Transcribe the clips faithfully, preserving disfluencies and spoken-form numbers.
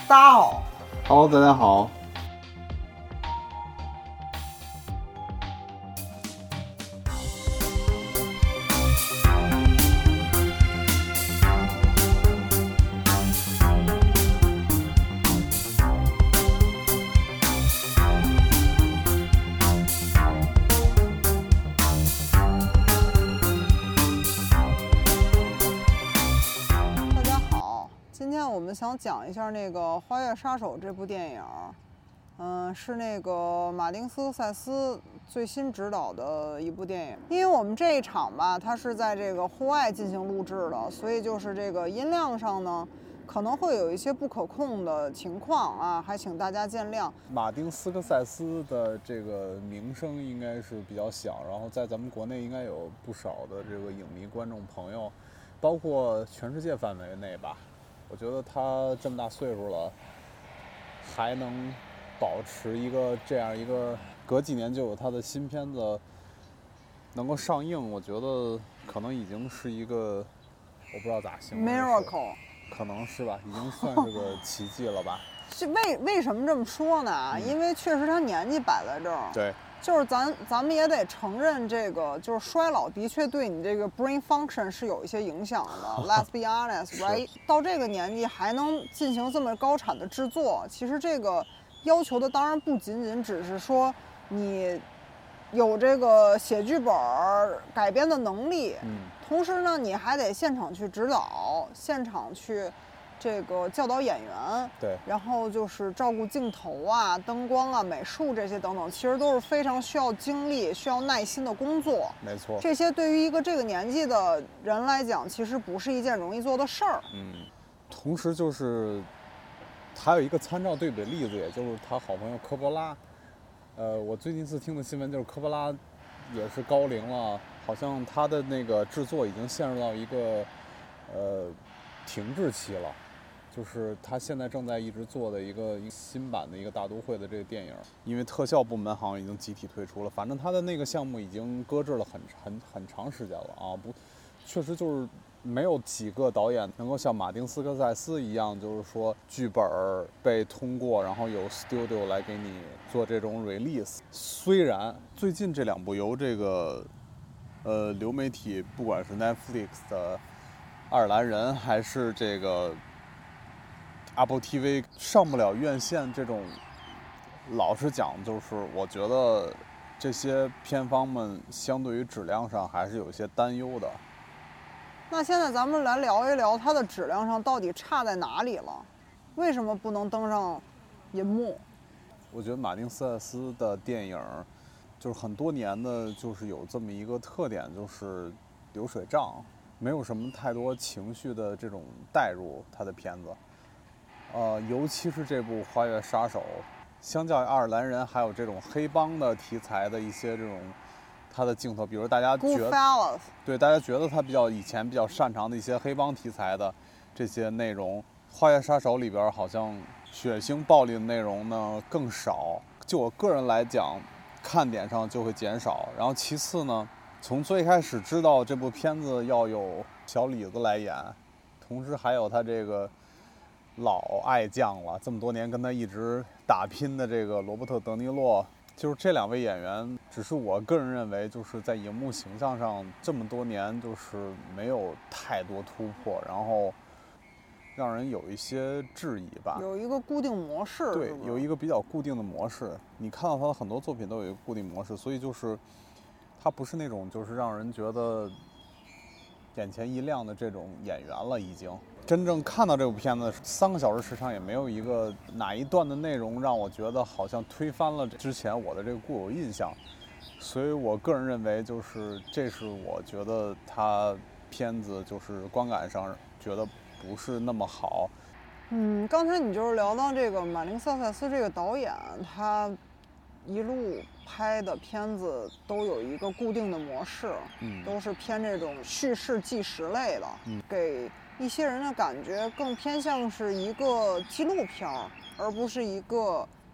大家好。 好，大家好。 今天我们想讲一下那个《花月杀手》这部电影，嗯，是那个马丁·斯科塞斯最新执导的一部电影。因为我们这一场吧，它是在这个户外进行录制的，所以就是这个音量上呢，可能会有一些不可控的情况啊，还请大家见谅。 马丁·斯科塞斯的这个名声应该是比较响，然后在咱们国内应该有不少的这个影迷观众朋友，包括全世界范围内吧。我觉得他这么大岁数了，还能保持一个这样一个隔几年就有他的新片子能够上映，我觉得可能已经是一个我不知道咋形容 miracle， 可能是吧，已经算是个奇迹了吧。 是为为什么这么说呢？嗯、因为确实他年纪摆在这儿。 对。 就是咱咱们也得承认，这个就是衰老的确对你这个 brain function 是有一些影响的。Let's be honest, right？ 到这个年纪还能进行这么高产的制作，其实这个要求的当然不仅仅只是说你有这个写剧本改编的能力， 嗯， 同时呢，你还得现场去指导，现场去这个教导演员， 对， 然后就是照顾镜头啊、灯光啊、美术这些等等，其实都是非常需要精力、需要耐心的工作。 没错， 这些对于一个这个年纪的人来讲，其实不是一件容易做的事儿。 嗯，同时就是还有一个参照对比的例子，也就是他好朋友科波拉。呃，我最近一次听的新闻就是科波拉也是高龄了，好像他的那个制作已经陷入到一个呃停滞期了。就是他现在正在一直做的一个新版的一个大都会的这个电影，因为特效部门好像已经集体退出了，反正他的那个项目已经搁置了很很很长时间了啊！不，确实就是没有几个导演能够像马丁斯科塞斯一样，就是说剧本被通过，然后有 studio 来给你做这种 release。虽然最近这两部由这个呃流媒体，不管是 Netflix 的爱尔兰人还是这个Apple T V 上不了院线，这种老实讲，就是我觉得这些片方们相对于质量上还是有些担忧的。 那现在咱们来聊一聊它的质量上到底差在哪里了？为什么不能登上银幕？ 我觉得马丁斯科塞斯的电影就是很多年的，就是有这么一个特点，就是流水账，没有什么太多情绪的这种带入他的片子。呃，尤其是这部《花月杀手》，相较于爱尔兰人还有这种黑帮的题材的一些这种他的镜头，比如大家觉得对大家觉得他比较以前比较擅长的一些黑帮题材的这些内容，《花月杀手》里边好像血腥暴力的内容呢更少。就我个人来讲，看点上就会减少。然后其次呢，从最开始知道这部片子要有小李子来演，同时还有他这个老爱将了，这么多年跟他一直打拼的这个罗伯特·德尼洛，就是这两位演员，只是我个人认为，就是在荧幕形象上这么多年就是没有太多突破，然后让人有一些质疑吧。 有一个固定模式， 对，有一个比较固定的模式。你看到他的很多作品都有一个固定模式，所以就是他不是那种就是让人觉得眼前一亮的这种演员了，已经。真正看到这部片子三个小时时长，也没有一个哪一段的内容让我觉得好像推翻了之前我的这个固有印象，所以我个人认为就是这是我觉得他片子就是观感上觉得不是那么好。 嗯，刚才你就是聊到这个马丁·斯科塞斯这个导演，他一路拍的片子都有一个固定的模式， 嗯， 都是偏这种叙事纪实类的， 嗯， 给一些人的感觉更偏向是一个纪录片，而不是一个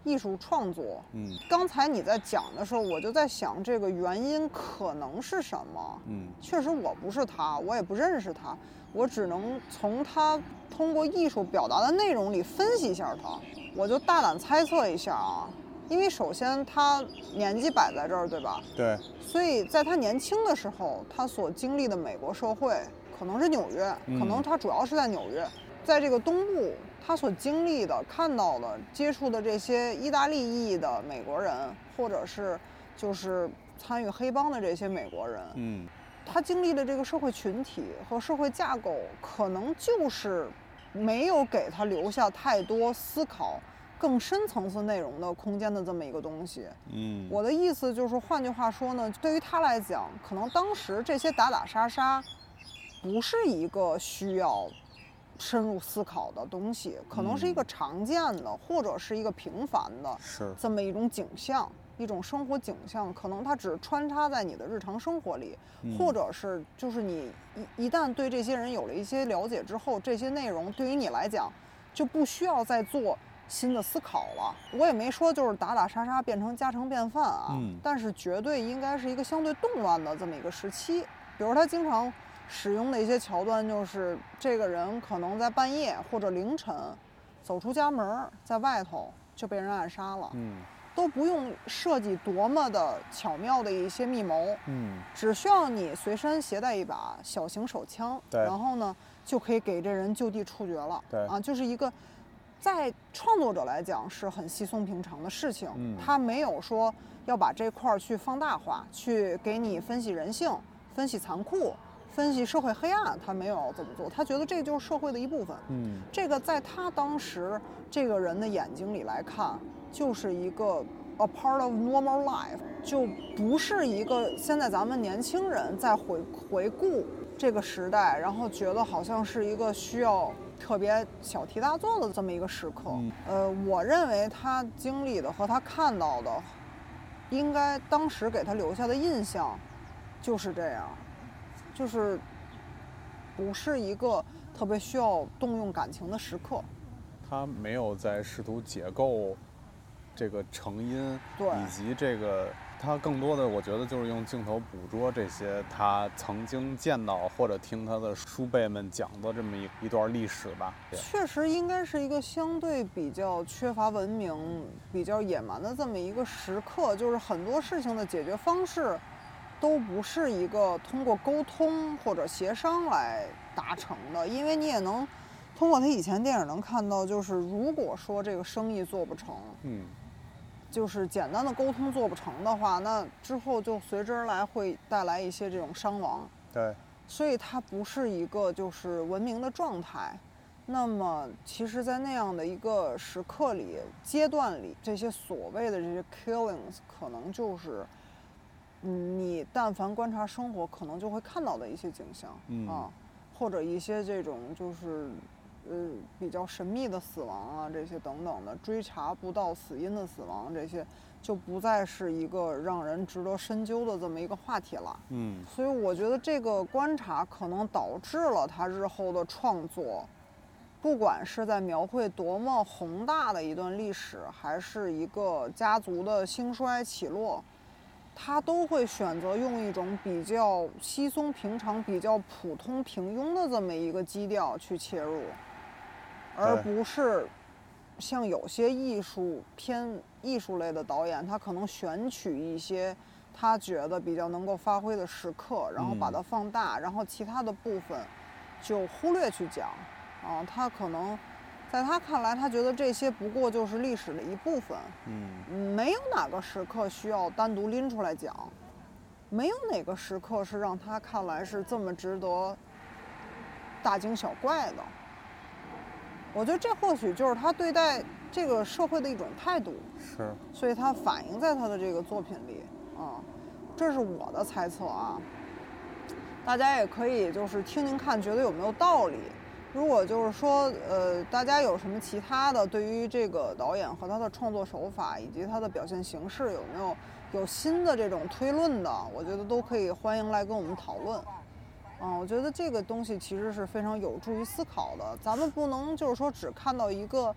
艺术创作。 嗯， 刚才你在讲的时候，我就在想这个原因可能是什么。 嗯， 确实我不是他，我也不认识他，我只能从他通过艺术表达的内容里分析一下他。我就大胆猜测一下啊，因为首先他年纪摆在这儿，对吧？ 对， 所以在他年轻的时候，他所经历的美国社会可能是纽约，可能他主要是在纽约，在这个东部，他所经历的、看到的、接触的这些意大利裔的美国人，或者是就是参与黑帮的这些美国人， 嗯， 他经历的这个社会群体和社会架构，可能就是没有给他留下太多思考更深层次内容的空间的这么一个东西。 嗯， 我的意思就是，换句话说呢，对于他来讲，可能当时这些打打杀杀不是一个需要深入思考的东西，可能是一个常见的，嗯、或者是一个平凡的这么一种景象，一种生活景象，可能它只穿插在你的日常生活里， 嗯、 或者是就是你一一旦对这些人有了一些了解之后，这些内容对于你来讲就不需要再做新的思考了。我也没说就是打打杀杀变成家常便饭啊， 嗯、 但是绝对应该是一个相对动乱的这么一个时期。比如他经常使用的一些桥段，就是这个人可能在半夜或者凌晨走出家门，在外头就被人暗杀了， 嗯， 都不用设计多么的巧妙的一些密谋， 嗯， 只需要你随身携带一把小型手枪，然后呢就可以给这人就地处决了， 对啊，就是一个在创作者来讲是很稀松平常的事情， 嗯， 他没有说要把这块去放大化，去给你分析人性、分析残酷、分析社会黑暗，他没有这么做，他觉得这就是社会的一部分。 嗯， 这个在他当时这个人的眼睛里来看，就是一个 a part of normal life， 就不是一个现在咱们年轻人在回回顾这个时代，然后觉得好像是一个需要特别小题大做的这么一个时刻。 嗯、 呃，我认为他经历的和他看到的，应该当时给他留下的印象就是这样。就是不是一个特别需要动用感情的时刻， 他没有在试图解构这个成因， 对， 以及这个他更多的我觉得就是用镜头捕捉这些他曾经见到或者听他的叔辈们讲的这么一一段历史吧。 确实应该是一个相对比较缺乏文明、比较野蛮的这么一个时刻，就是很多事情的解决方式都不是一个通过沟通或者协商来达成的，因为你也能通过他以前电影能看到，就是如果说这个生意做不成， 嗯， 就是简单的沟通做不成的话，那之后就随之而来会带来一些这种伤亡。 对， 所以它不是一个就是文明的状态。那么其实在那样的一个时刻里、阶段里，这些所谓的这些 killings 可能就是嗯，你但凡观察生活，可能就会看到的一些景象， 嗯、 啊，或者一些这种就是呃比较神秘的死亡啊，这些等等的，追查不到死因的死亡，这些就不再是一个让人值得深究的这么一个话题了。 嗯， 所以我觉得这个观察可能导致了他日后的创作，不管是在描绘多么宏大的一段历史，还是一个家族的兴衰起落，他都会选择用一种比较稀松平常、比较普通平庸的这么一个基调去切入，而不是像有些艺术偏艺术类的导演，他可能选取一些他觉得比较能够发挥的时刻，然后把它放大，然后其他的部分就忽略去讲。啊，他可能在他看来，他觉得这些不过就是历史的一部分， 嗯， 没有哪个时刻需要单独拎出来讲，没有哪个时刻是让他看来是这么值得大惊小怪的。我觉得这或许就是他对待这个社会的一种态度， 是， 所以他反映在他的这个作品里啊，这是我的猜测啊。大家也可以就是听听看，觉得有没有道理。如果就是说，呃，大家有什么其他的对于这个导演和他的创作手法以及他的表现形式有没有有新的这种推论的，我觉得都可以欢迎来跟我们讨论。嗯，我觉得这个东西其实是非常有助于思考的。咱们不能就是说只看到一个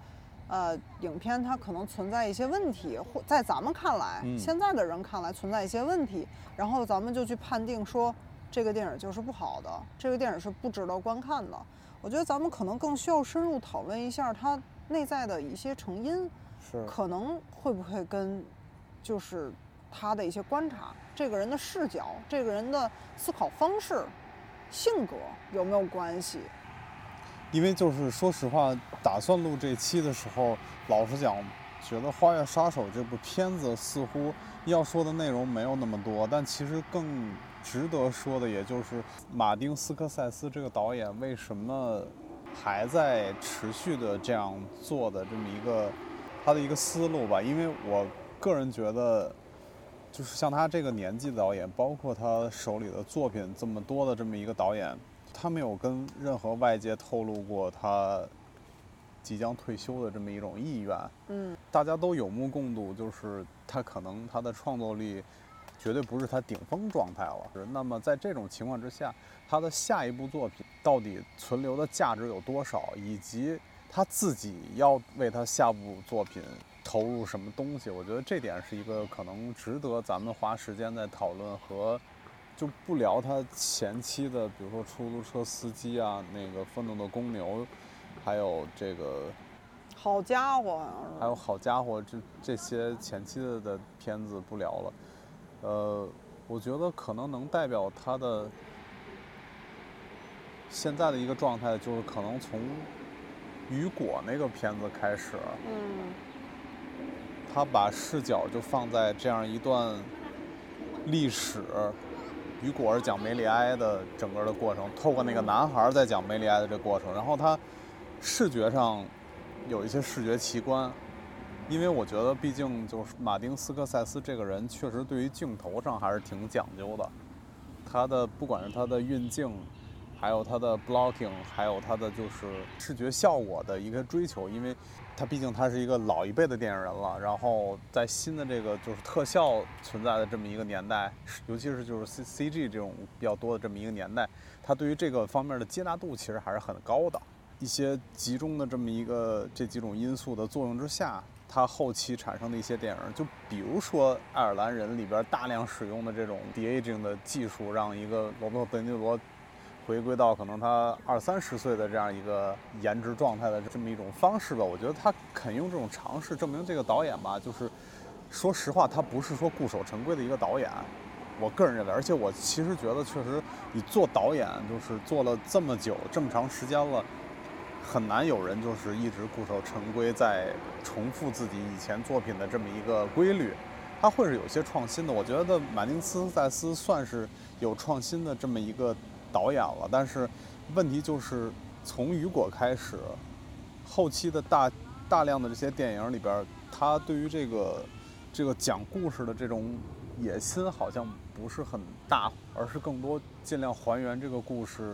呃，影片它可能存在一些问题，或在咱们看来， 嗯、 现在的人看来存在一些问题，然后咱们就去判定说这个电影就是不好的，这个电影是不值得观看的。我觉得咱们可能更需要深入讨论一下它内在的一些成因， 是可能会不会跟就是他的一些观察，这个人的视角，这个人的思考方式、性格有没有关系？ 因为就是说实话，打算录这期的时候，老实讲，觉得《花月杀手》这部片子似乎要说的内容没有那么多，但其实更值得说的，也就是马丁斯科塞斯这个导演为什么还在持续的这样做的这么一个他的一个思路吧。因为我个人觉得，就是像他这个年纪的导演，包括他手里的作品这么多的这么一个导演，他没有跟任何外界透露过他即将退休的这么一种意愿。 嗯， 大家都有目共睹，就是他可能他的创作力绝对不是他顶峰状态了。那么在这种情况之下，他的下一部作品到底存留的价值有多少，以及他自己要为他下部作品投入什么东西，我觉得这点是一个可能值得咱们花时间在讨论和。就不聊他前期的，比如说出租车司机啊，那个愤怒的公牛，还有这个好家伙， 还有好家伙，这这些前期的的片子不聊了。呃，我觉得可能能代表他的现在的一个状态，就是可能从雨果那个片子开始， 嗯， 他把视角就放在这样一段历史。雨果是讲梅里埃的整个的过程，透过那个男孩在讲梅里埃的这个过程，然后他视觉上有一些视觉奇观，因为我觉得毕竟就是马丁斯科塞斯这个人确实对于镜头上还是挺讲究的，他的不管是他的运镜，还有他的 blocking， 还有他的就是视觉效果的一个追求，因为他毕竟他是一个老一辈的电影人了，然后在新的这个就是特效存在的这么一个年代，尤其是就是 C C G 这种比较多的这么一个年代，他对于这个方面的接纳度其实还是很高的。一些集中的这么一个这几种因素的作用之下，它后期产生的一些电影，就比如说《爱尔兰人》里边大量使用的这种 de-aging 的技术，让一个罗伯特·本尼罗回归到可能他二三十岁的这样一个颜值状态的这么一种方式吧。我觉得他肯用这种尝试，证明这个导演吧，就是说实话，他不是说固守成规的一个导演。我个人认为，而且我其实觉得，确实你做导演就是做了这么久、这么长时间了，很难有人就是一直固守成规，在重复自己以前作品的这么一个规律。他会是有些创新的。我觉得马丁斯科塞斯算是有创新的这么一个导演了，但是问题就是从雨果开始，后期的大大量的这些电影里边，他对于这个这个讲故事的这种野心好像不是很大，而是更多尽量还原这个故事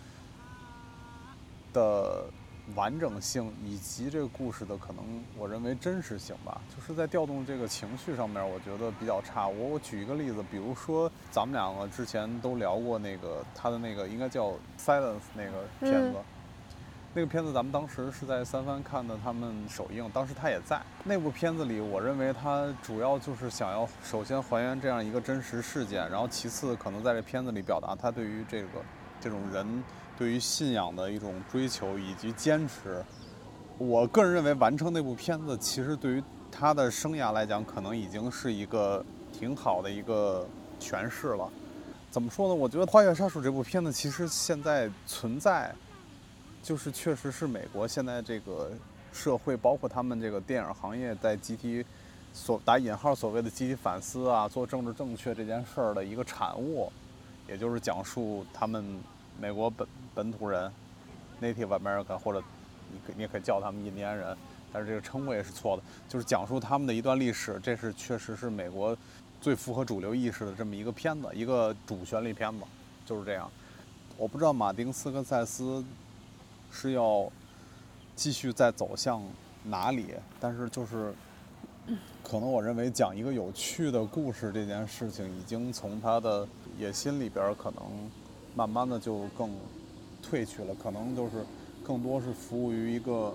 的完整性以及这个故事的可能我认为真实性吧，就是在调动这个情绪上面我觉得比较差。我我举一个例子，比如说咱们两个之前都聊过那个他的那个应该叫 Silence 那个片子、嗯、那个片子咱们当时是在三藩看的他们首映，当时他也在那部片子里。我认为他主要就是想要首先还原这样一个真实事件，然后其次可能在这片子里表达他对于这个这种人对于信仰的一种追求以及坚持。我个人认为完成那部片子其实对于他的生涯来讲可能已经是一个挺好的一个诠释了。怎么说呢，我觉得《花月杀手》这部片子其实现在存在就是确实是美国现在这个社会包括他们这个电影行业在集体所打引号所谓的集体反思啊，做政治正确这件事儿的一个产物，也就是讲述他们美国本本土人 Native American， 或者你可你也可以叫他们印第安人，但是这个称谓也是错的，就是讲述他们的一段历史。这是确实是美国最符合主流意识的这么一个片子，一个主旋律片子，就是这样。我不知道马丁斯科塞斯是要继续再走向哪里，但是就是可能我认为讲一个有趣的故事这件事情已经从他的野心里边可能慢慢的就更退去了，可能就是更多是服务于一个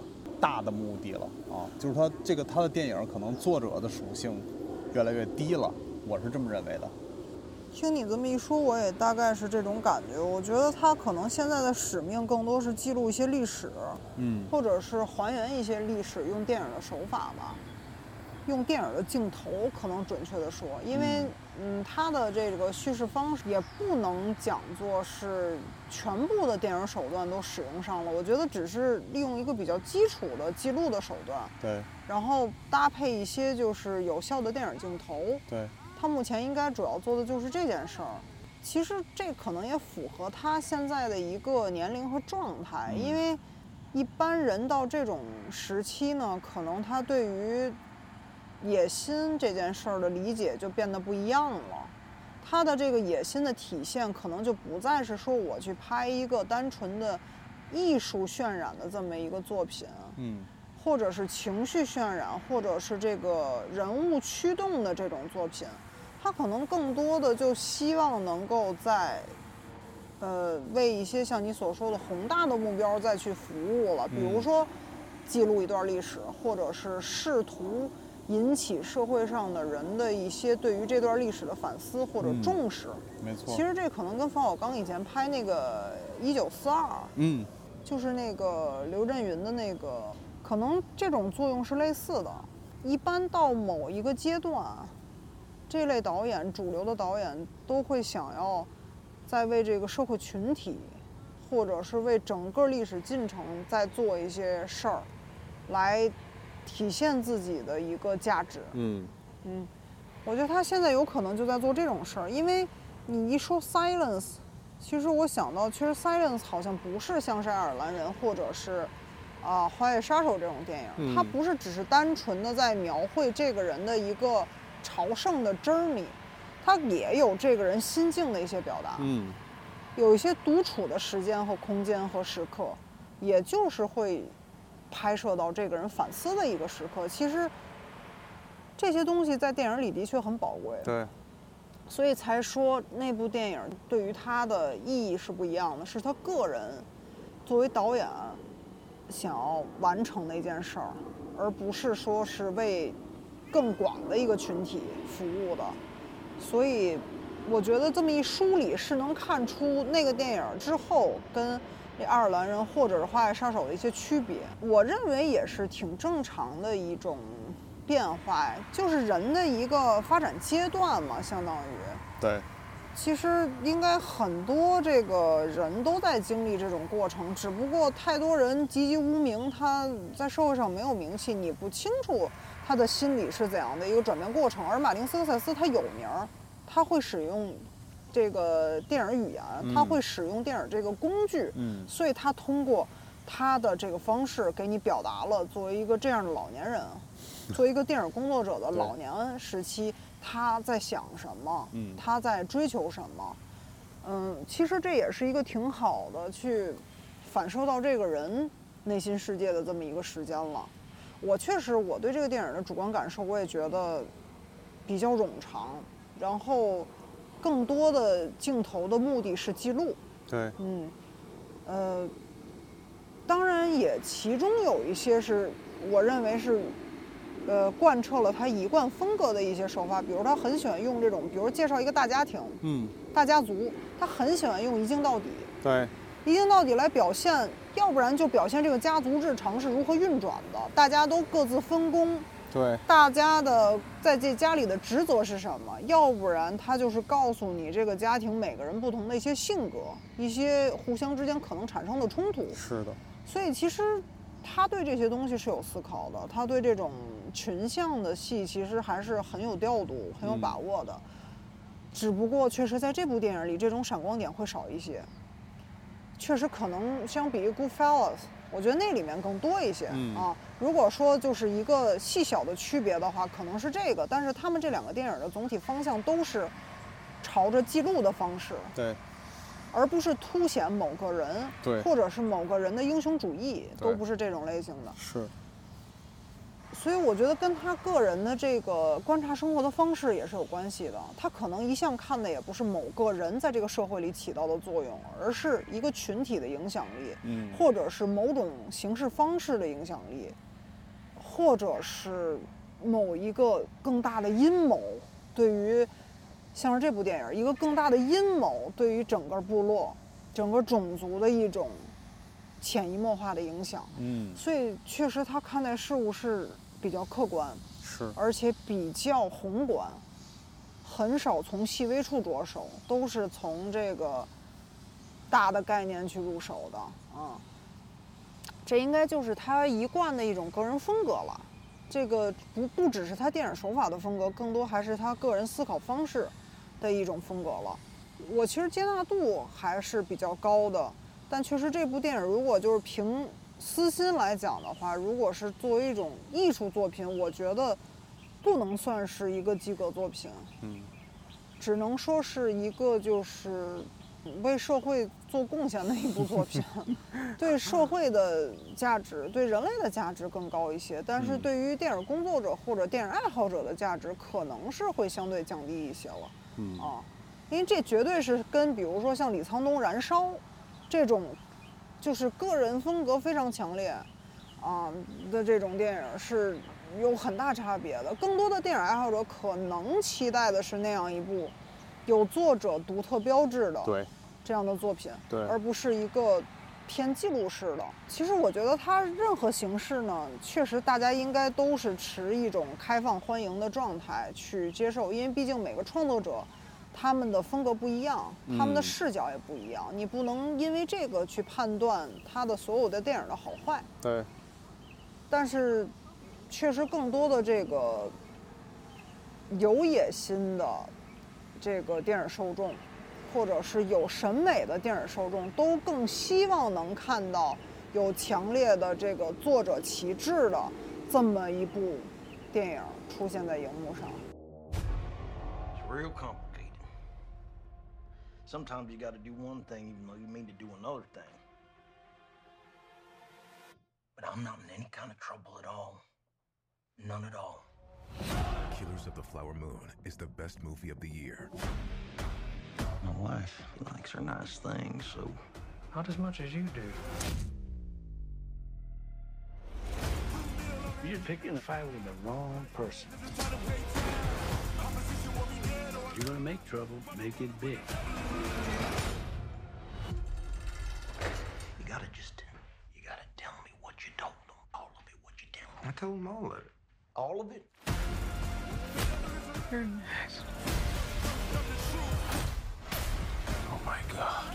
大的目的了啊，就是他这个他的电影可能作者的属性越来越低了，我是这么认为的。 听你这么一说，我也大概是这种感觉。我觉得他可能现在的使命更多是记录一些历史， 嗯， 或者是还原一些历史，用电影的手法吧，用电影的镜头，可能准确的说，因为嗯，他的这个叙事方式也不能讲作是全部的电影手段都使用上了。我觉得只是利用一个比较基础的记录的手段， 对， 然后搭配一些就是有效的电影镜头， 对。 他目前应该主要做的就是这件事儿。其实这可能也符合他现在的一个年龄和状态， 嗯、 因为一般人到这种时期呢，可能他对于野心这件事儿的理解就变得不一样了。他的这个野心的体现，可能就不再是说我去拍一个单纯的艺术渲染的这么一个作品， 嗯。 或者是情绪渲染，或者是这个人物驱动的这种作品，他可能更多的就希望能够在，呃，为一些像你所说的宏大的目标再去服务了。比如说，记录一段历史，或者是试图引起社会上的人的一些对于这段历史的反思或者重视。 嗯、没错。 其实这可能跟冯小刚以前拍那个《一九四二》， 嗯， 就是那个刘震云的那个。可能这种作用是类似的。一般到某一个阶段，这类导演，主流的导演都会想要在为这个社会群体，或者是为整个历史进程再做一些事儿，来体现自己的一个价值。 嗯嗯，我觉得他现在有可能就在做这种事儿，因为你一说 silence， 其实我想到，其实 silence 好像不是像是爱尔兰人或者是。啊，《花月杀手》这种电影， 嗯、 它不是只是单纯的在描绘这个人的一个朝圣的 journey， 它也有这个人心境的一些表达。 嗯， 有一些独处的时间和空间和时刻，也就是会拍摄到这个人反思的一个时刻。其实这些东西在电影里的确很宝贵。 对， 所以才说那部电影对于他的意义是不一样的，是他个人作为导演想要完成的一件事儿，而不是说是为更广的一个群体服务的。所以我觉得这么一梳理，是能看出那个电影之后跟这爱尔兰人或者是花月杀手的一些区别。我认为也是挺正常的一种变化，就是人的一个发展阶段嘛，相当于。 对。 其实应该很多这个人都在经历这种过程，只不过太多人籍籍无名，他在社会上没有名气，你不清楚他的心理是怎样的一个转变过程。而马丁·斯科塞斯他有名，他会使用这个电影语言，他会使用电影这个工具， 嗯， 所以他通过他的这个方式给你表达了作为一个这样的老年人，作为一个电影工作者的老年时期。他在想什么？ 嗯， 他在追求什么？嗯，其实这也是一个挺好的去反射到这个人内心世界的这么一个时间了。我确实，我对这个电影的主观感受，我也觉得比较冗长，然后更多的镜头的目的是记录。 对， 嗯，呃，当然也其中有一些是我认为是。呃，贯彻了他一贯风格的一些手法，比如他很喜欢用这种，比如介绍一个大家庭， 嗯， 大家族，他很喜欢用一镜到底， 对， 一镜到底来表现，要不然就表现这个家族日常是如何运转的，大家都各自分工， 对， 大家的在这家里的职责是什么，要不然他就是告诉你这个家庭每个人不同的一些性格，一些互相之间可能产生的冲突， 是的， 所以其实。他对这些东西是有思考的，他对这种群像的戏其实还是很有调度、很有把握的。嗯、只不过确实在这部电影里，这种闪光点会少一些。确实可能相比于 Goodfellas， 我觉得那里面更多一些、 嗯、 啊。如果说就是一个细小的区别的话，可能是这个。但是他们这两个电影的总体方向都是朝着记录的方式。 对。 而不是凸显某个人， 对， 或者是某个人的英雄主义，都不是这种类型的。 是。 所以我觉得跟他个人的这个观察生活的方式也是有关系的。他可能一向看的也不是某个人在这个社会里起到的作用，而是一个群体的影响力， 嗯， 或者是某种形式方式的影响力，或者是某一个更大的阴谋，对于像是这部电影，一个更大的阴谋对于整个部落、整个种族的一种潜移默化的影响。 嗯， 所以确实他看待事物是比较客观， 是， 而且比较宏观，很少从细微处着手，都是从这个大的概念去入手的啊。这应该就是他一贯的一种个人风格了。这个不不只是他电影手法的风格，更多还是他个人思考方式的一种风格了。我其实接纳度还是比较高的，但确实这部电影如果就是凭私心来讲的话，如果是作为一种艺术作品，我觉得不能算是一个及格作品， 嗯， 只能说是一个就是为社会做贡献的一部作品，对社会的价值、对人类的价值更高一些，但是对于电影工作者或者电影爱好者的价值，可能是会相对降低一些了， 嗯啊，因为这绝对是跟比如说像李沧东《燃烧》这种。就是个人风格非常强烈，啊的这种电影是有很大差别的。更多的电影爱好者可能期待的是那样一部有作者独特标志的对这样的作品， 对， 而不是一个偏记录式的。其实我觉得它任何形式呢，确实大家应该都是持一种开放欢迎的状态去接受，因为毕竟每个创作者。他们的风格不一样，他们的视角也不一样，嗯、你不能因为这个去判断他的所有的电影的好坏。 对。 但是，确实更多的这个有野心的这个电影受众，或者是有审美的电影受众，都更希望能看到有强烈的这个作者旗帜的这么一部电影出现在荧幕上。 Real complicated. Sometimes you got to do one thing even though you mean to do another thing. But I'm not in any kind of trouble at all. None at all. Killers of the Flower Moon is the best movie of the year. My wife likes her nice things, so not as much as you do. You're picking a fight with the wrong person. You're gonna make trouble, make it big. You gotta just, you gotta tell me what you told them. All of it, what you tell them. I told them all of it. All of it? You're next. Oh my God.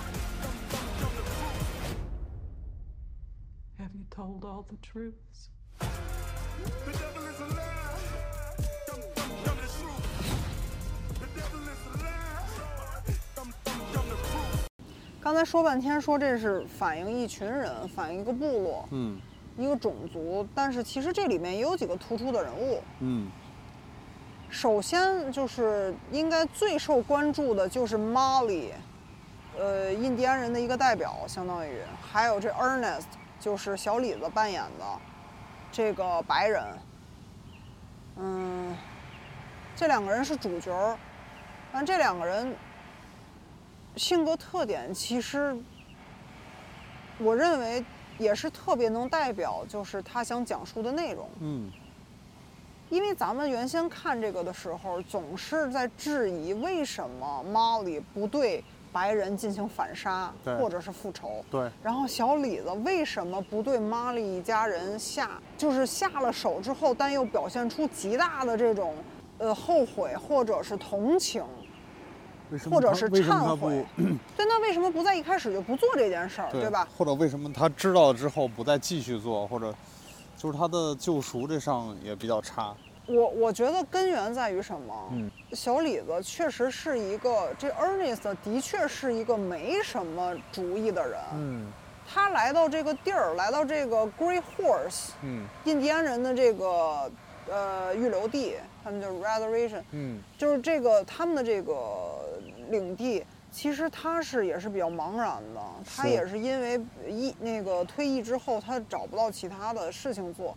Have you told all the truths? The devil is a lie. Come, come, come the truth. The devil is a lie. Come, come, come the truth. 刚才说半天说这是反映一群人，反映一个部落， 嗯， 一个种族，但是其实这里面也有几个突出的人物， 嗯。 首先就是应该最受关注的就是 Molly， 呃，印第安人的一个代表，相当于，还有这 Ernest， 就是小李子扮演的这个白人，嗯，这两个人是主角，但这两个人性格特点其实，我认为也是特别能代表，就是他想讲述的内容， 嗯。 因为咱们原先看这个的时候，总是在质疑为什么 Molly 不对白人进行反杀或者是复仇。 对。 然后小李子为什么不对 Molly 一家人下，就是下了手之后，但又表现出极大的这种呃后悔或者是同情，或者是忏悔。对，那为什么不在一开始就不做这件事儿，对吧？ 或者为什么他知道了之后不再继续做，或者？就是他的救赎这上也比较差。 我我觉得根源在于什么？ 嗯， 小李子确实是一个，这 Ernest 的确是一个没什么主意的人。 嗯， 他来到这个地儿，来到这个 Great Horse， 嗯， 印第安人的这个呃预留地，他们叫 reservation， 嗯， 就是这个他们的这个领地。其实他是也是比较茫然的，他也是因为一那个退役之后，他找不到其他的事情做，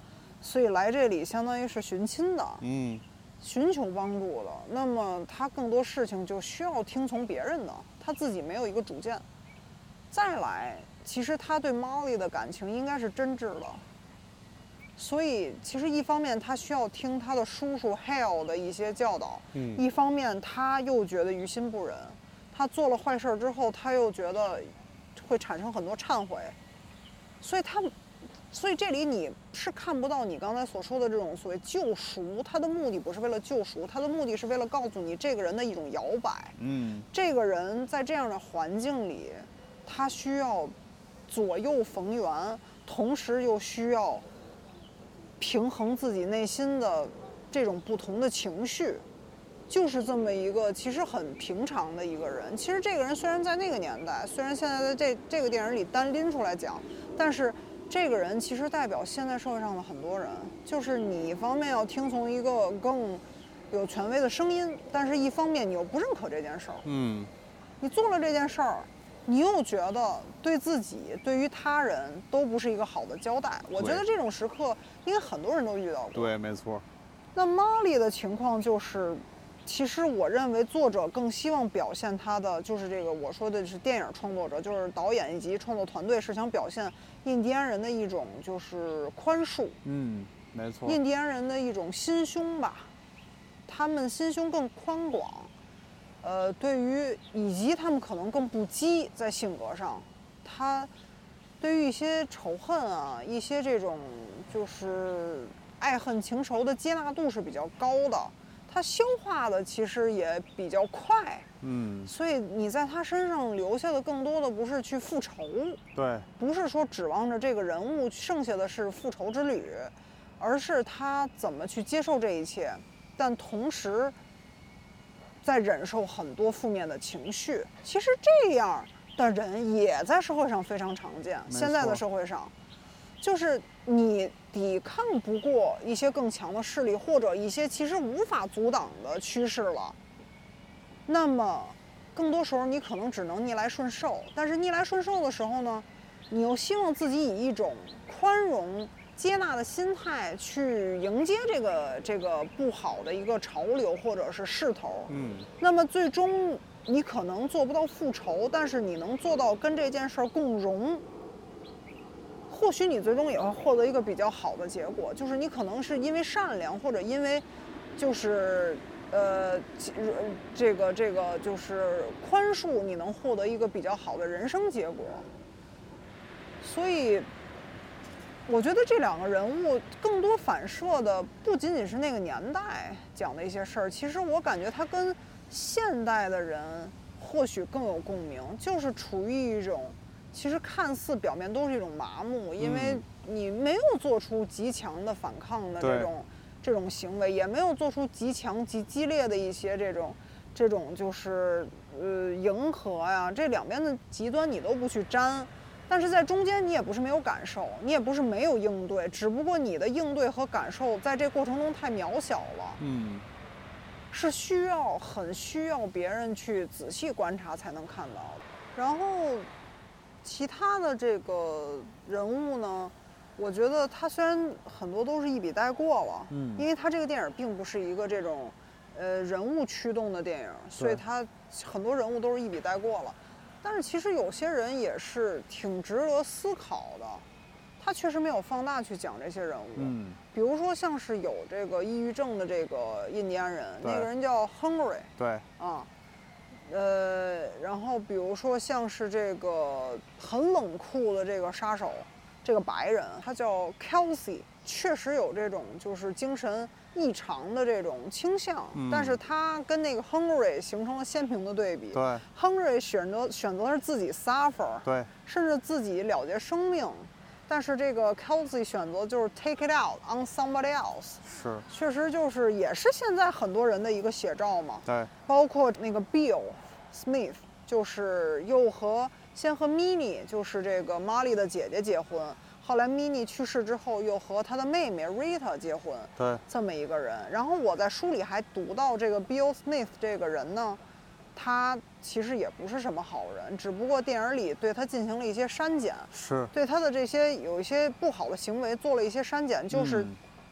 所以来这里相当于是寻亲的， 嗯， 寻求帮助的。那么他更多事情就需要听从别人的，他自己没有一个主见。再来，其实他对 Molly 的感情应该是真挚的，所以其实一方面他需要听他的叔叔 Hale 的一些教导， 嗯一方面他又觉得于心不忍，他做了坏事之后，他又觉得会产生很多忏悔，所以他，所以这里你是看不到你刚才所说的这种所谓救赎，他的目的不是为了救赎，他的目的是为了告诉你这个人的一种摇摆， 嗯， 这个人在这样的环境里，他需要左右逢源，同时又需要平衡自己内心的这种不同的情绪，就是这么一个其实很平常的一个人。其实这个人虽然在那个年代，虽然现在在这这个电影里单拎出来讲，但是这个人其实代表现在社会上的很多人。就是你一方面要听从一个更有权威的声音，但是一方面你又不认可这件事儿。 嗯， 你做了这件事儿，你又觉得对自己、对于他人都不是一个好的交代。我觉得这种时刻应该很多人都遇到过。 对，没错。 那 Molly 的情况就是，其实我认为作者更希望表现他的，就是这个我说的是电影创作者，就是导演以及创作团队是想表现印第安人的一种就是宽恕， 嗯，没错。 印第安人的一种心胸吧，他们心胸更宽广。呃，对于以及他们可能更不羁，在性格上，他对于一些仇恨啊，一些这种就是爱恨情仇的接纳度是比较高的，他消化的其实也比较快， 嗯， 所以你在他身上留下的更多的不是去复仇， 对， 不是说指望着这个人物剩下的是复仇之旅，而是他怎么去接受这一切，但同时在忍受很多负面的情绪。其实这样的人也在社会上非常常见，现在的社会上，就是你抵抗不过一些更强的势力，或者一些其实无法阻挡的趋势了，那么更多时候你可能只能逆来顺受。但是逆来顺受的时候呢，你又希望自己以一种宽容接纳的心态去迎接这个这个不好的一个潮流或者是势头， 嗯， 那么最终你可能做不到复仇，但是你能做到跟这件事儿共荣，或许你最终也会获得一个比较好的结果。就是你可能是因为善良，或者因为就是呃这个这个就是宽恕，你能获得一个比较好的人生结果。所以我觉得这两个人物更多反射的不仅仅是那个年代讲的一些事儿，其实我感觉他跟现代的人或许更有共鸣，就是处于一种其实看似表面都是一种麻木，因为你没有做出极强的反抗的这种这种行为，也没有做出极强极激烈的一些这种这种就是呃迎合呀，这两边的极端你都不去沾。但是在中间你也不是没有感受，你也不是没有应对，只不过你的应对和感受在这过程中太渺小了， 嗯， 是需要很需要别人去仔细观察才能看到的。然后其他的这个人物呢，我觉得他虽然很多都是一笔带过了， 嗯， 因为他这个电影并不是一个这种呃人物驱动的电影，所以他很多人物都是一笔带过了。但是其实有些人也是挺值得思考的，他确实没有放大去讲这些人物。 嗯， 比如说像是有这个抑郁症的这个印第安人，那个人叫 Hungry， 对， 啊，呃，然后比如说像是这个很冷酷的这个杀手，这个白人，他叫 Kelsey， 确实有这种就是精神异常的这种倾向， 嗯， 但是他跟那个 Hungry 形成了鲜明的对比。 对 ，Hungry 选择选择是自己 suffer， 对， 甚至自己了结生命，但是这个 Kelsey 选择就是 take it out on somebody else， 是， 确实就是也是现在很多人的一个写照嘛。 对， 包括那个 Bill Smith， 就是又和先和 Minnie， 就是这个 Molly 的姐姐结婚。后来 Minnie 去世之后，又和他的妹妹 Rita 结婚， 对， 这么一个人。然后我在书里还读到这个 Bill Smith 这个人呢，他其实也不是什么好人，只不过电影里对他进行了一些删减， 是， 对他的这些有一些不好的行为做了一些删减，就是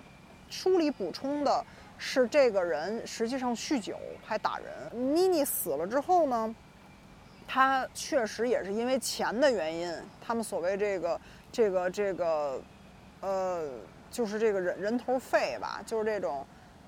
书里补充的是这个人实际上酗酒还打人。妮妮死了之后呢，他确实也是因为钱的原因，他们所谓这个这个这个，呃，就是这个人人头费吧，就是这种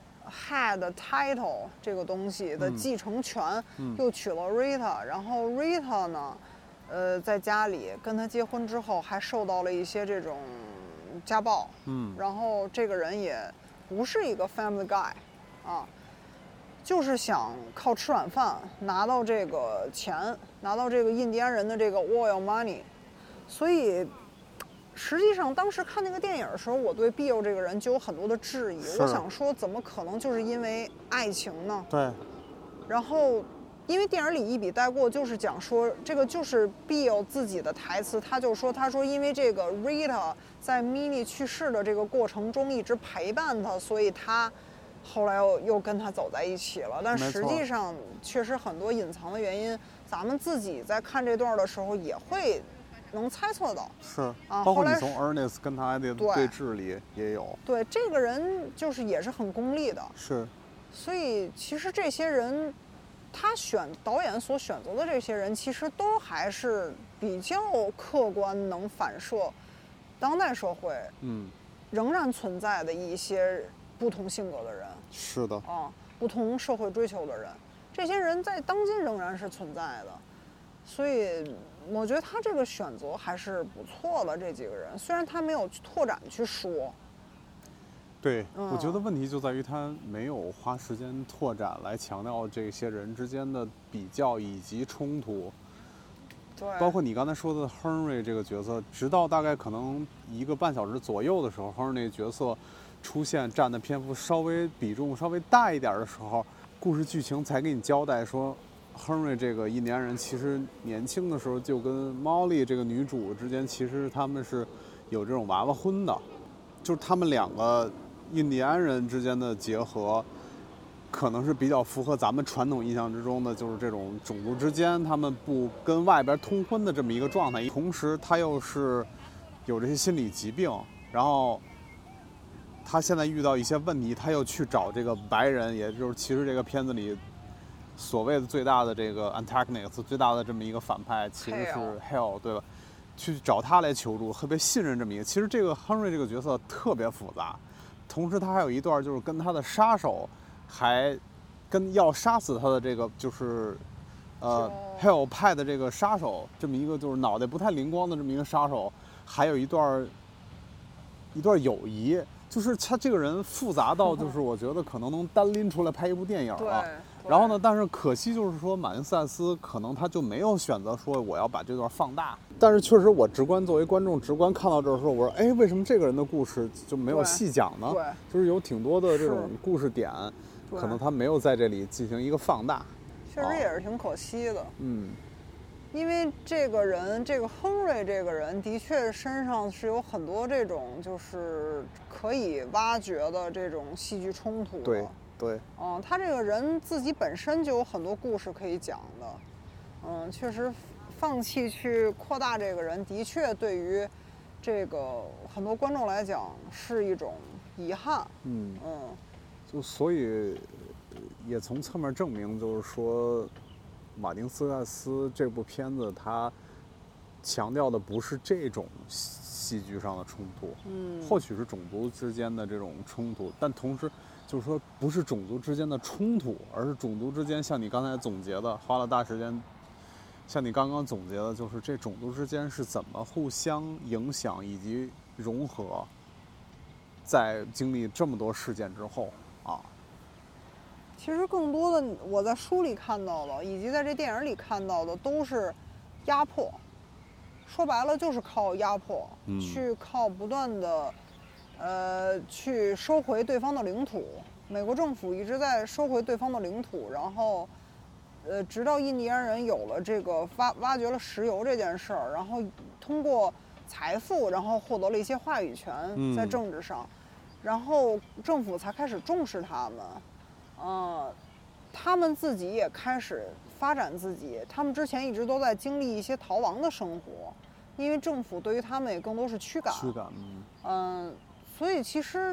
head title 这个东西的继承权， 嗯、 又娶了 Rita，、嗯、然后 Rita 呢，呃，在家里跟他结婚之后，还受到了一些这种家暴， 嗯， 然后这个人也不是一个 family guy， 啊。就是想靠吃软饭拿到这个钱，拿到这个印第安人的这个 oil money， 所以实际上当时看那个电影的时候，我对 Bill 这个人就有很多的质疑。我想说，怎么可能就是因为爱情呢？ 对。 然后，因为电影里一笔带过，就是讲说这个就是 Bill 自己的台词，他就说，他说因为这个 Rita 在 Minnie 去世的这个过程中一直陪伴他，所以他。后来又又跟他走在一起了，但实际上确实很多隐藏的原因，咱们自己在看这段的时候也会能猜测到。 是啊， 包括你从 Ernest 跟他的对峙里也有。 对，这个人就是也是很功利的。 是。 所以其实这些人，他选导演所选择的这些人，其实都还是比较客观，能反射当代社会， 嗯， 仍然存在的一些。不同性格的人是的啊，不同社会追求的人，这些人在当今仍然是存在的，所以我觉得他这个选择还是不错的。这几个人虽然他没有拓展去说， 对、 嗯， 我觉得问题就在于他没有花时间拓展来强调这些人之间的比较以及冲突。 对， 包括你刚才说的 Henry 这个角色，直到大概可能一个半小时左右的时候 ，Henry 角色。出现占的篇幅稍微比重稍微大一点的时候，故事剧情才给你交代说 ，Henry 这个印第安人其实年轻的时候就跟 Molly 这个女主之间其实他们是有这种娃娃婚的，就是他们两个印第安人之间的结合，可能是比较符合咱们传统印象之中的，就是这种种族之间他们不跟外边通婚的这么一个状态，同时他又是有这些心理疾病，然后。他现在遇到一些问题，他又去找这个白人，也就是其实这个片子里所谓的最大的这个 antagonist 最大的这么一个反派，其实是 Hale， 对吧？去找他来求助，特别信任这么一个。其实这个 Henry 这个角色特别复杂，同时他还有一段就是跟他的杀手，还跟要杀死他的这个就是呃 Hale 派的这个杀手，这么一个就是脑袋不太灵光的这么一个杀手，还有一段一段友谊。就是他这个人复杂到，就是我觉得可能能单拎出来拍一部电影了。然后呢，但是可惜就是说，马丁斯泰斯可能他就没有选择说我要把这段放大。但是确实，我直观作为观众直观看到这儿的时候，我说，哎，为什么这个人的故事就没有细讲呢？ 对， 就是有挺多的这种故事点，可能他没有在这里进行一个放大。 确实也是挺可惜的。 嗯。 因为这个人，这个亨瑞这个人，的确身上是有很多这种就是可以挖掘的这种戏剧冲突的。 对对。 嗯，他这个人自己本身就有很多故事可以讲的。嗯，确实，放弃去扩大这个人，的确对于这个很多观众来讲是一种遗憾。 嗯嗯。 就所以也从侧面证明，就是说。马丁斯泰斯这部片子，他强调的不是这种戏剧上的冲突， 嗯， 或许是种族之间的这种冲突，但同时就是说不是种族之间的冲突，而是种族之间，像你刚才总结的，花了大时间，像你刚刚总结的，就是这种族之间是怎么互相影响以及融合，在经历这么多事件之后啊。 其实更多的我在书里看到的，以及在这电影里看到的，都是压迫。说白了就是靠压迫， 嗯、 去靠不断的，呃，去收回对方的领土。美国政府一直在收回对方的领土，然后，呃，直到印第安人有了这个挖挖掘了石油这件事儿，然后通过财富，然后获得了一些话语权在政治上， 嗯、 然后政府才开始重视他们。呃，他们自己也开始发展自己。他们之前一直都在经历一些逃亡的生活，因为政府对于他们也更多是驱赶。 驱赶，嗯。 嗯、呃，所以其实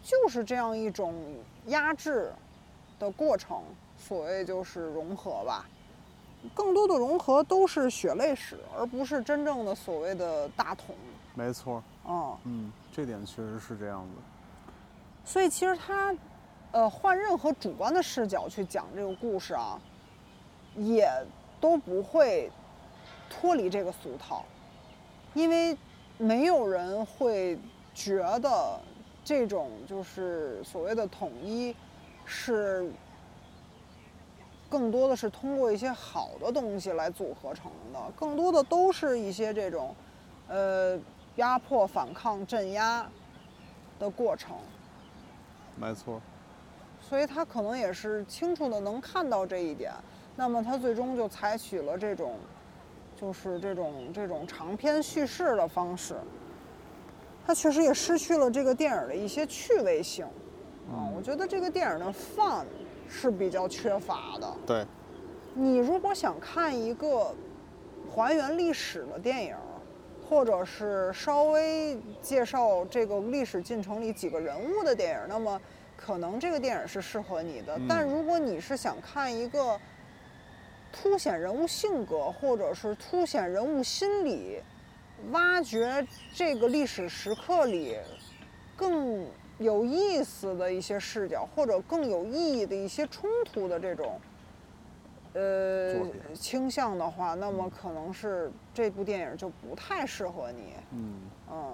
就是这样一种压制的过程，所谓就是融合吧。更多的融合都是血泪史，而不是真正的所谓的大同。 没错， 嗯嗯，这点确实是这样子。 所以其实他，呃，换任何主观的视角去讲这个故事啊，也都不会脱离这个俗套，因为没有人会觉得这种就是所谓的统一是更多的是通过一些好的东西来组合成的，更多的都是一些这种呃压迫、反抗、镇压的过程。 没错， 所以他可能也是清楚的能看到这一点，那么他最终就采取了这种就是这种这种长篇叙事的方式。他确实也失去了这个电影的一些趣味性啊，我觉得这个电影的 fun 是比较缺乏的。 对， 你如果想看一个还原历史的电影，或者是稍微介绍这个历史进程里几个人物的电影，那么可能这个电影是适合你的。 嗯、 但如果你是想看一个凸显人物性格，或者是凸显人物心理，挖掘这个历史时刻里更有意思的一些视角，或者更有意义的一些冲突的这种呃倾向的话，那么可能是这部电影就不太适合你。 嗯嗯，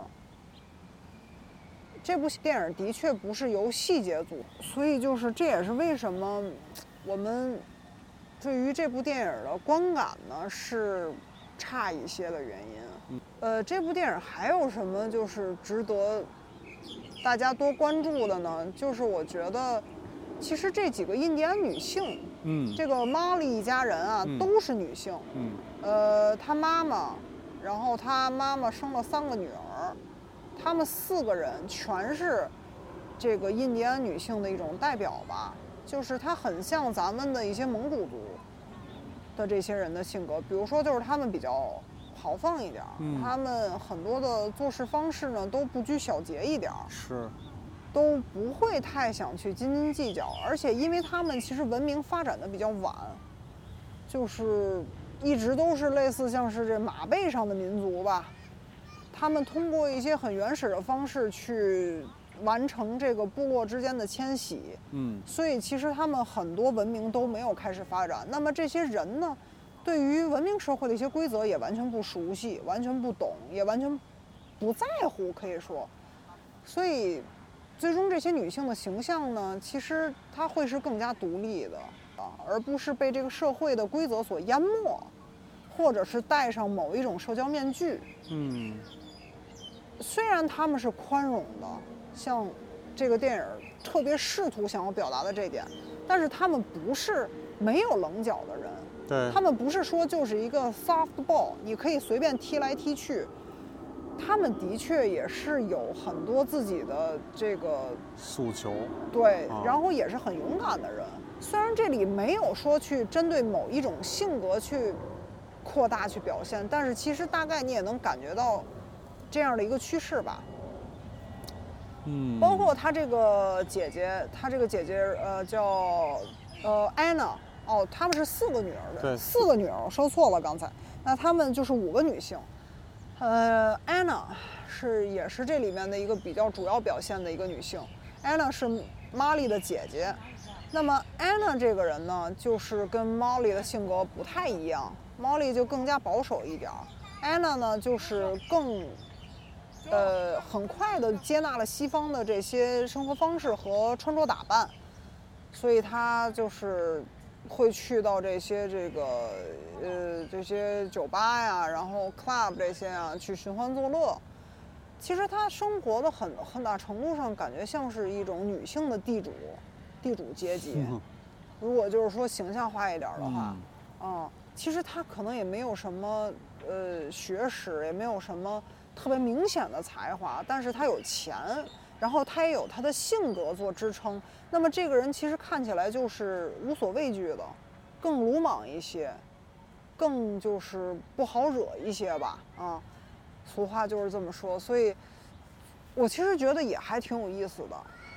这部电影的确不是由细节组，所以就是这也是为什么我们对于这部电影的观感呢是差一些的原因。呃，这部电影还有什么就是值得大家多关注的呢？就是我觉得其实这几个印第安女性， 嗯， 这个玛丽一家人啊、 嗯、 都是女性。 嗯， 呃，她妈妈，然后她妈妈生了三个女儿，她们四个人全是这个印第安女性的一种代表吧，就是她很像咱们的一些蒙古族的这些人的性格，比如说就是她们比较豪放一点， 嗯， 她们很多的做事方式呢都不拘小节一点， 是。 都不会太想去斤斤计较，而且因为他们其实文明发展的比较晚，就是一直都是类似像是这马背上的民族吧，他们通过一些很原始的方式去完成这个部落之间的迁徙， 嗯， 所以其实他们很多文明都没有开始发展。那么这些人呢，对于文明社会的一些规则也完全不熟悉，完全不懂，也完全不在乎，可以说，所以最终这些女性的形象呢，其实她会是更加独立的啊，而不是被这个社会的规则所淹没，或者是戴上某一种社交面具。 嗯， 虽然他们是宽容的，像这个电影特别试图想要表达的这点，但是他们不是没有棱角的人。 对， 他们不是说就是一个 soft ball， 你可以随便踢来踢去。他们的确也是有很多自己的这个诉求， 对， 啊、 然后也是很勇敢的人。虽然这里没有说去针对某一种性格去扩大去表现，但是其实大概你也能感觉到这样的一个趋势吧。 嗯， 包括他这个姐姐，他这个姐姐呃叫呃安娜，哦，他们是四个女儿的， 对， 四个女儿，我说错了刚才，那他们就是五个女性。呃，安娜是也是这里面的一个比较主要表现的一个女性。安娜是玛丽的姐姐，那么安娜这个人呢，就是跟玛丽的性格不太一样，玛丽就更加保守一点，安娜呢就是更，呃，很快的接纳了西方的这些生活方式和穿着打扮，所以她就是会去到这些这个呃这些酒吧呀，然后 club 这些啊去寻欢作乐。其实她生活的很很大程度上感觉像是一种女性的地主，地主阶级。嗯、如果就是说形象化一点的话，嗯，嗯，其实她可能也没有什么呃学识，也没有什么特别明显的才华，但是她有钱，然后她也有她的性格做支撑。那么这个人其实看起来就是无所畏惧的，更鲁莽一些，更就是不好惹一些吧，啊，俗话就是这么说。所以我其实觉得也还挺有意思的。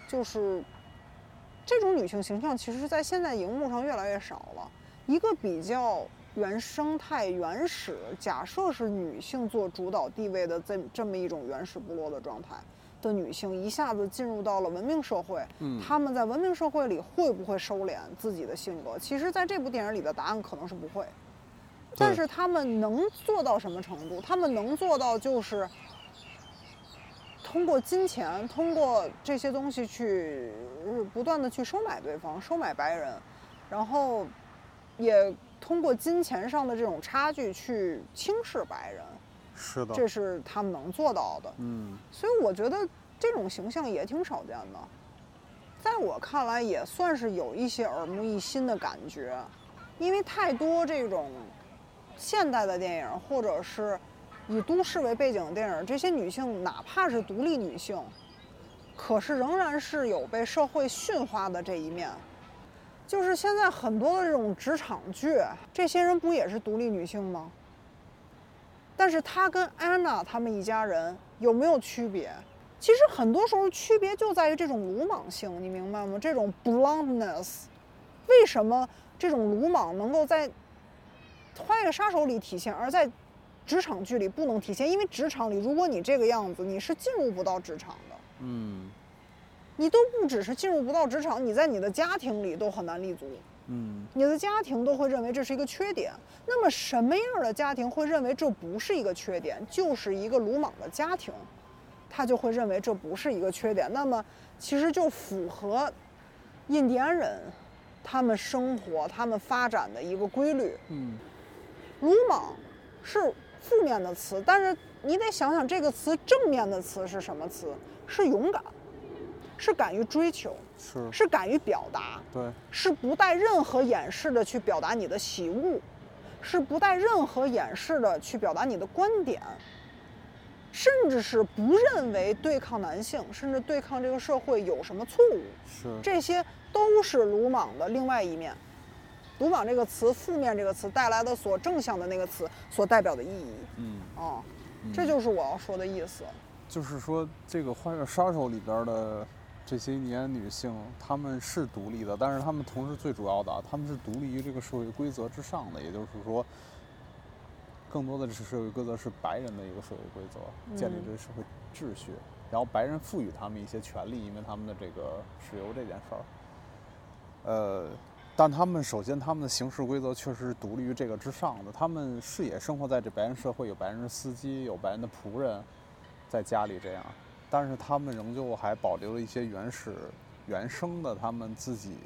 就是这种女性形象，其实在现在荧幕上越来越少了。一个比较原生态、原始，假设是女性做主导地位的这这么一种原始部落的状态的女性，一下子进入到了文明社会， 嗯， 她们在文明社会里会不会收敛自己的性格？其实，在这部电影里的答案可能是不会。但是她们能做到什么程度？她们能做到就是通过金钱，通过这些东西去不断的去收买对方，收买白人，然后也通过金钱上的这种差距去轻视白人。 是的， 这是他们能做到的。 嗯， 所以我觉得这种形象也挺少见的，在我看来也算是有一些耳目一新的感觉，因为太多这种现代的电影或者是以都市为背景的电影，这些女性哪怕是独立女性，可是仍然是有被社会驯化的这一面。就是现在很多的这种职场剧，这些人不也是独立女性吗？但是她跟安娜他们一家人有没有区别？其实很多时候区别就在于这种鲁莽性，你明白吗？这种 bluntness， 为什么这种鲁莽能够在《花月杀手》里体现，而在职场剧里不能体现？因为职场里，如果你这个样子，你是进入不到职场的。 嗯， 你都不只是进入不到职场，你在你的家庭里都很难立足。 嗯， 你的家庭都会认为这是一个缺点。那么什么样的家庭会认为这不是一个缺点，就是一个鲁莽的家庭，他就会认为这不是一个缺点。那么其实就符合印第安人他们生活、他们发展的一个规律。 嗯， 鲁莽是负面的词，但是你得想想这个词正面的词是什么词？是勇敢，是敢于追求， 是是敢于表达， 对， 是不带任何掩饰的去表达你的喜恶，是不带任何掩饰的去表达你的观点，甚至是不认为对抗男性，甚至对抗这个社会有什么错误， 是这些都是鲁莽的另外一面。鲁莽这个词，负面这个词带来的所正向的那个词所代表的意义， 嗯， 啊、这就是我要说的意思。 就是说这个《花月杀手》里边的这些印第安女性，她们是独立的，但是她们同时最主要的，她们是独立于这个社会规则之上的，也就是说，更多的是社会规则是白人的一个社会规则，建立这个社会秩序，然后白人赋予他们一些权利，因为他们的这个石油这件事儿，呃。但他们首先，他们的行事规则确实是独立于这个之上的。他们是也生活在这白人社会，有白人的司机，有白人的仆人，在家里这样。但是他们仍旧还保留了一些原始、原生的他们自己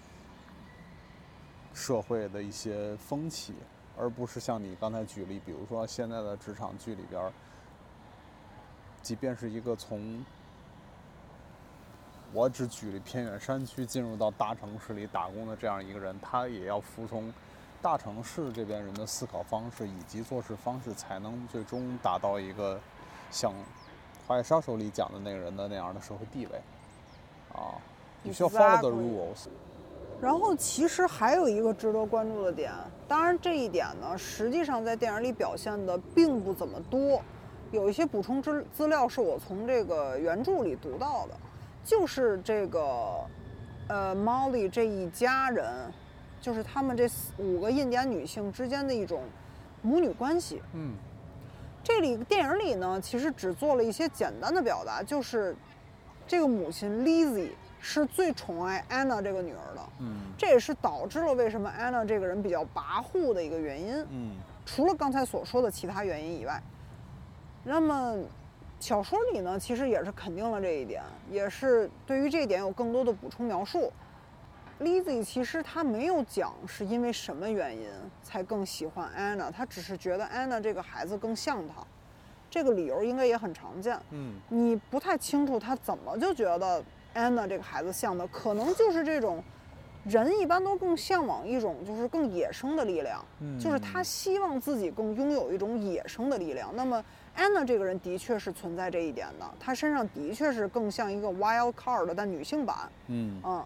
社会的一些风气，而不是像你刚才举例，比如说现在的职场剧里边，即便是一个从我只举例偏远山区进入到大城市里打工的这样一个人，他也要服从大城市这边人的思考方式以及做事方式，才能最终达到一个像《花月杀手》里讲的那个人的那样的社会地位。啊，你需要 follow the rules。 然后其实还有一个值得关注的点，当然这一点呢，实际上在电影里表现的并不怎么多，有一些补充资资料是我从这个原著里读到的。就是这个，呃，Molly 这一家人，就是他们这五个印第安女性之间的一种母女关系。 嗯， 这里电影里呢，其实只做了一些简单的表达，就是这个母亲 Lizzie 是最宠爱 Anna 这个女儿的。 嗯， 这也是导致了为什么 Anna 这个人比较跋扈的一个原因。 嗯， 除了刚才所说的其他原因以外，那么。小说里呢，其实也是肯定了这一点，也是对于这一点有更多的补充描述。Lizzie 其实她没有讲是因为什么原因才更喜欢 Anna， 她只是觉得 Anna 这个孩子更像她，这个理由应该也很常见。 嗯， 你不太清楚她怎么就觉得 Anna 这个孩子像她，可能就是这种人一般都更向往一种就是更野生的力量， 嗯， 就是他希望自己更拥有一种野生的力量。那么安娜这个人的确是存在这一点的，她身上的确是更像一个 wild card 的女性版。 嗯嗯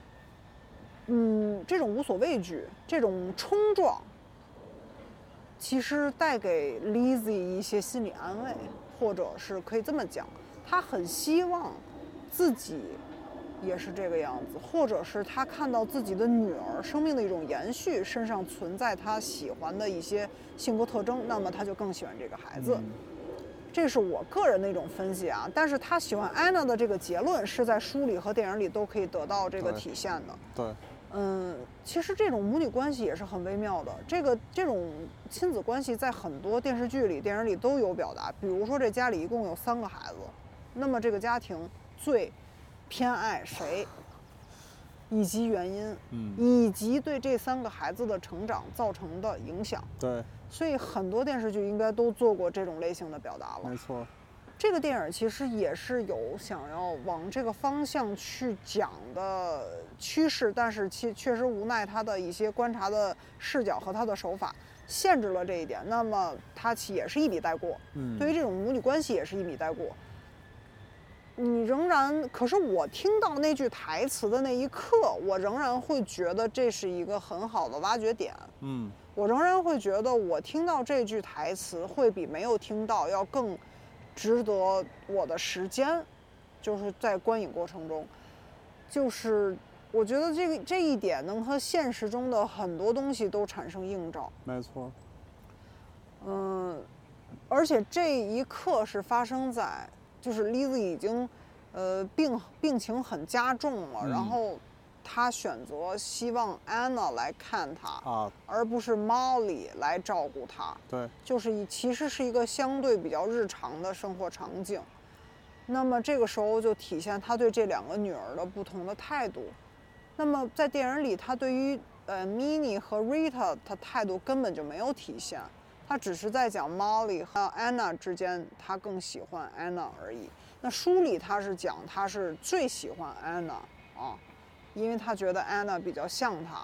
嗯，这种无所畏惧，这种冲撞，其实带给 Lizzie 一些心理安慰，或者是可以这么讲，她很希望自己也是这个样子，或者是他看到自己的女儿生命的一种延续身上存在他喜欢的一些性格特征，那么他就更喜欢这个孩子。 嗯这是我个人的一种分析啊，但是他喜欢安娜的这个结论是在书里和电影里都可以得到这个体现的。 对， 嗯，其实这种母女关系也是很微妙的，这个这种亲子关系在很多电视剧里、电影里都有表达。比如说这家里一共有三个孩子，那么这个家庭最偏爱谁，以及原因， 嗯， 以及对这三个孩子的成长造成的影响。 对， 所以很多电视剧应该都做过这种类型的表达了。 没错。 这个电影其实也是有想要往这个方向去讲的趋势，但是其确实无奈他的一些观察的视角和他的手法限制了这一点。那么他其也是一笔带过， 嗯， 对于这种母女关系也是一笔带过。你仍然，可是我听到那句台词的那一刻，我仍然会觉得这是一个很好的挖掘点。 嗯， 我仍然会觉得我听到这句台词会比没有听到要更值得我的时间，就是在观影过程中，就是我觉得这个这一点能和现实中的很多东西都产生映照。 没错。 嗯，而且这一刻是发生在就是 Lizzie 已经呃病病情很加重了， 嗯、 然后他选择希望 Anna 来看他啊， 而不是 Molly 来照顾他。 对， 就是一其实是一个相对比较日常的生活场景。那么这个时候就体现他对这两个女儿的不同的态度。那么在电影里，他对于呃 Minnie 和 Rita 他态度根本就没有体现，他只是在讲 Molly 和 Anna 之间，他更喜欢 Anna 而已。那书里他是讲他是最喜欢 Anna 啊。因为他觉得安娜比较像他。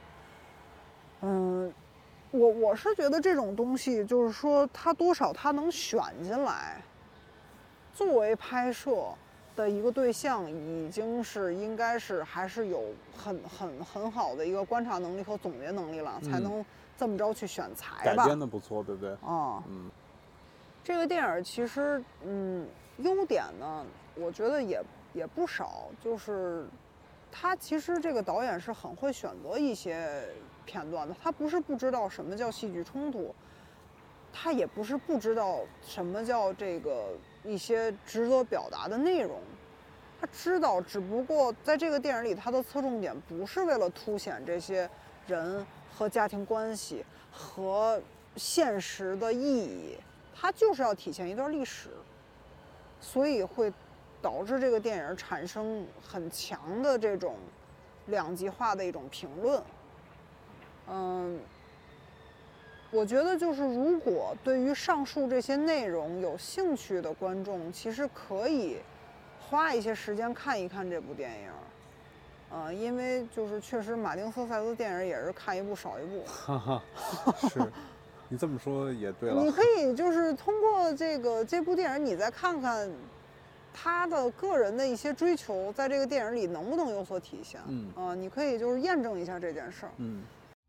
嗯，我我是觉得这种东西就是说，他多少他能选进来，作为拍摄的一个对象，已经是应该是还是有很很很好的一个观察能力和总结能力了， 嗯、 才能这么着去选材吧。 改编的不错，对不对？ 啊， 嗯， 这个电影其实嗯优点呢，我觉得也也不少，就是。他其实这个导演是很会选择一些片段的，他不是不知道什么叫戏剧冲突，他也不是不知道什么叫这个一些值得表达的内容，他知道，只不过在这个电影里，他的侧重点不是为了凸显这些人和家庭关系和现实的意义，他就是要体现一段历史，所以会导致这个电影产生很强的这种两极化的一种评论。嗯，我觉得就是如果对于上述这些内容有兴趣的观众，其实可以花一些时间看一看这部电影。呃，因为就是确实马丁斯科塞斯电影也是看一部少一部。 哈哈，是，你这么说也对了。 你可以就是通过这个这部电影，你再看看。他的个人的一些追求，在这个电影里能不能有所体现？ 嗯， 啊、呃，你可以就是验证一下这件事儿。 嗯。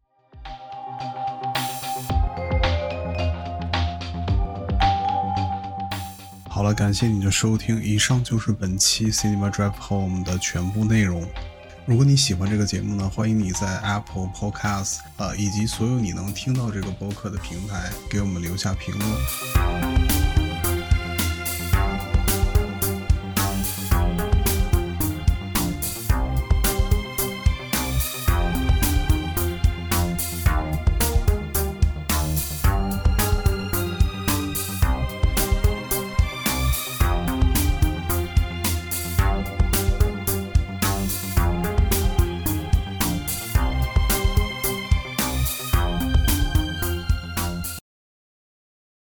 好了，感谢你的收听，以上就是本期 Cinema Drive Home 的全部内容。如果你喜欢这个节目呢，欢迎你在 Apple Podcast 呃以及所有你能听到这个播客的平台给我们留下评论。